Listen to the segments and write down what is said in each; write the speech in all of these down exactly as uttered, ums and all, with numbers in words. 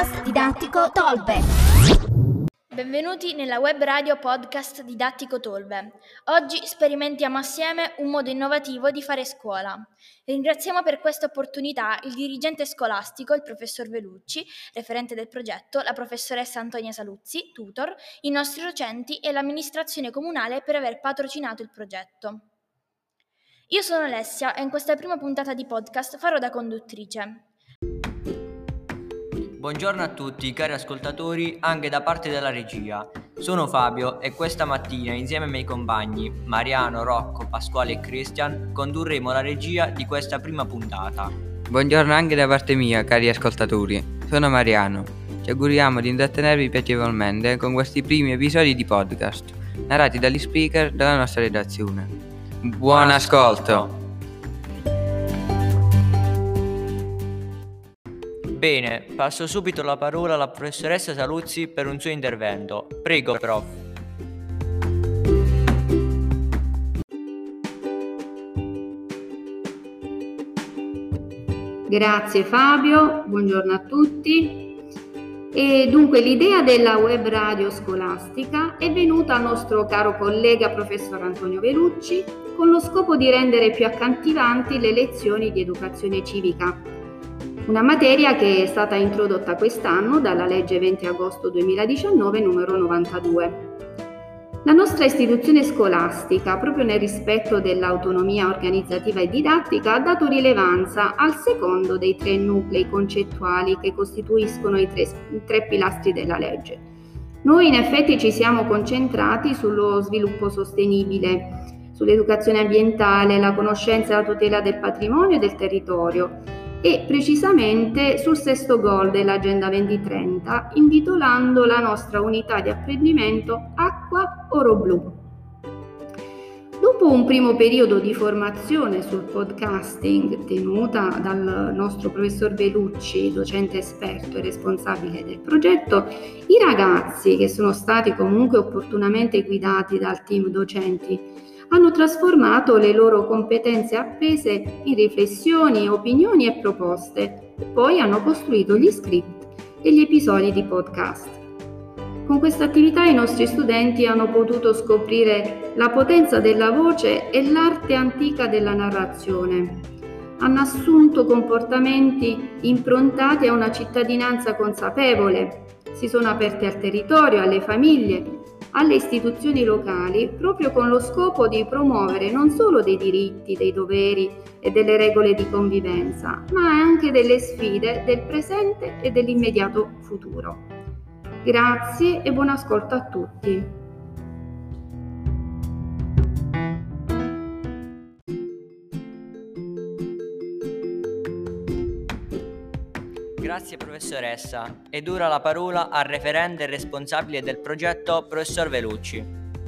podcast didattico Tolve. Benvenuti nella web radio podcast didattico Tolve. Oggi sperimentiamo assieme un modo innovativo di fare scuola. Ringraziamo per questa opportunità il dirigente scolastico, il professor Velucci, referente del progetto, la professoressa Antonia Saluzzi, tutor, i nostri docenti e l'amministrazione comunale per aver patrocinato il progetto. Io sono Alessia e in questa prima puntata di podcast farò da conduttrice. Buongiorno a tutti cari ascoltatori, anche da parte della regia. Sono Fabio e questa mattina insieme ai miei compagni Mariano, Rocco, Pasquale e Christian condurremo la regia di questa prima puntata. Buongiorno anche da parte mia cari ascoltatori, sono Mariano. Ci auguriamo di intrattenervi piacevolmente con questi primi episodi di podcast, narrati dagli speaker della nostra redazione. Buon ascolto! Bene, passo subito la parola alla professoressa Saluzzi per un suo intervento. Prego, prof. Grazie Fabio, buongiorno a tutti. E dunque l'idea della web radio scolastica è venuta al nostro caro collega professor Antonio Velucci con lo scopo di rendere più accattivanti le lezioni di educazione civica. Una materia che è stata introdotta quest'anno dalla legge venti agosto duemiladiciannove numero novantadue. La nostra istituzione scolastica, proprio nel rispetto dell'autonomia organizzativa e didattica, ha dato rilevanza al secondo dei tre nuclei concettuali che costituiscono i tre, i tre pilastri della legge. Noi in effetti ci siamo concentrati sullo sviluppo sostenibile, sull'educazione ambientale, la conoscenza e la tutela del patrimonio e del territorio, e precisamente sul sesto goal dell'Agenda duemilatrenta, intitolando la nostra unità di apprendimento Acqua Oro Blu. Dopo un primo periodo di formazione sul podcasting tenuta dal nostro professor Velucci, docente esperto e responsabile del progetto, i ragazzi, che sono stati comunque opportunamente guidati dal team docenti, hanno trasformato le loro competenze apprese in riflessioni, opinioni e proposte e poi hanno costruito gli script e gli episodi di podcast. Con questa attività i nostri studenti hanno potuto scoprire la potenza della voce e l'arte antica della narrazione. Hanno assunto comportamenti improntati a una cittadinanza consapevole, si sono aperti al territorio, alle famiglie, alle istituzioni locali, proprio con lo scopo di promuovere non solo dei diritti, dei doveri e delle regole di convivenza, ma anche delle sfide del presente e dell'immediato futuro. Grazie e buon ascolto a tutti. Grazie professoressa. Ed ora la parola al referente e responsabile del progetto, professor Velucci.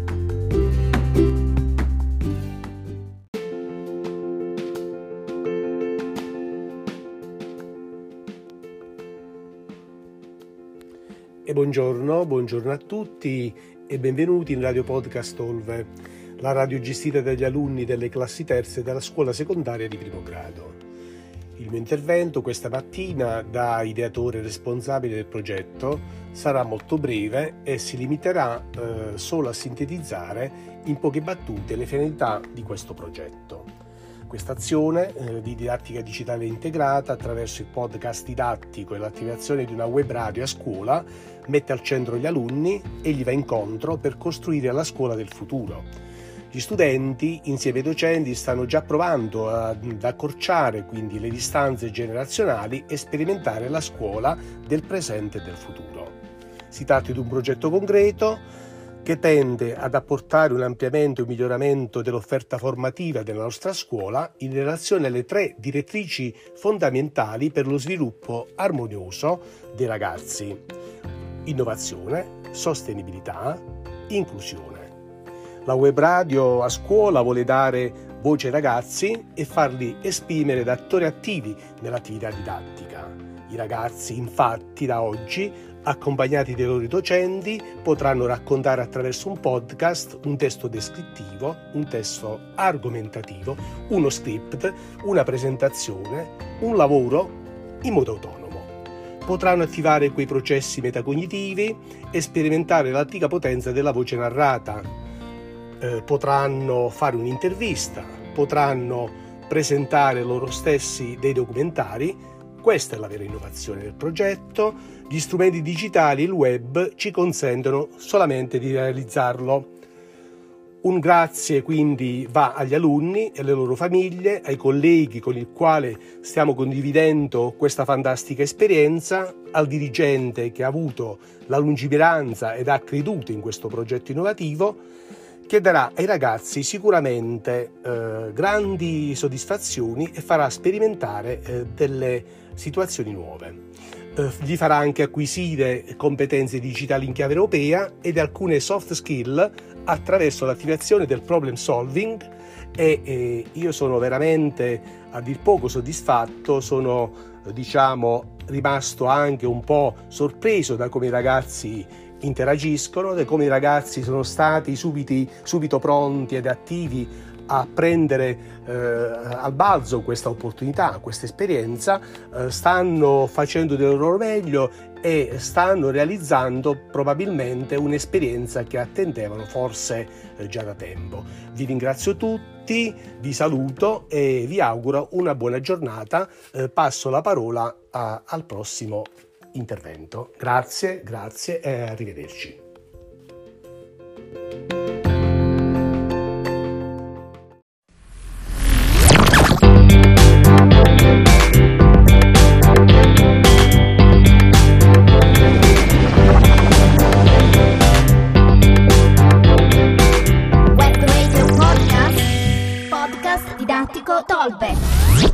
E buongiorno, buongiorno a tutti e benvenuti in Radio Podcast Tolve, la radio gestita dagli alunni delle classi terze della scuola secondaria di primo grado. Il mio intervento questa mattina, da ideatore responsabile del progetto, sarà molto breve e si limiterà eh, solo a sintetizzare in poche battute le finalità di questo progetto. Questa azione eh, di didattica digitale integrata attraverso il podcast didattico e l'attivazione di una web radio a scuola mette al centro gli alunni e gli va incontro per costruire la scuola del futuro. Gli studenti, insieme ai docenti, stanno già provando ad accorciare quindi le distanze generazionali e sperimentare la scuola del presente e del futuro. Si tratta di un progetto concreto che tende ad apportare un ampliamento e un miglioramento dell'offerta formativa della nostra scuola in relazione alle tre direttrici fondamentali per lo sviluppo armonioso dei ragazzi: innovazione, sostenibilità, inclusione. La web radio a scuola vuole dare voce ai ragazzi e farli esprimere da attori attivi nell'attività didattica. I ragazzi, infatti, da oggi, accompagnati dai loro docenti, potranno raccontare attraverso un podcast un testo descrittivo, un testo argomentativo, uno script, una presentazione, un lavoro in modo autonomo. potranno attivare quei processi metacognitivi e sperimentare l'antica potenza della voce narrata. Eh, potranno fare un'intervista, potranno presentare loro stessi dei documentari. Questa è la vera innovazione del progetto. Gli strumenti digitali e il web ci consentono solamente di realizzarlo. Un grazie quindi va agli alunni e alle loro famiglie, ai colleghi con il quale stiamo condividendo questa fantastica esperienza, al dirigente che ha avuto la lungimiranza ed ha creduto in questo progetto innovativo, che darà ai ragazzi sicuramente eh, grandi soddisfazioni e farà sperimentare eh, delle situazioni nuove. Eh, gli farà anche acquisire competenze digitali in chiave europea ed alcune soft skill attraverso l'attivazione del problem solving e eh, io sono veramente a dir poco soddisfatto, sono eh, diciamo rimasto anche un po' sorpreso da come i ragazzi interagiscono, da come i ragazzi sono stati subiti, subito pronti ed attivi a prendere eh, al balzo questa opportunità, questa esperienza, eh, stanno facendo del loro meglio e stanno realizzando probabilmente un'esperienza che attendevano forse eh, già da tempo. Vi ringrazio tutti, vi saluto e vi auguro una buona giornata. Eh, passo la parola a, al prossimo intervento. Grazie, grazie e arrivederci. Didattico Tolbe.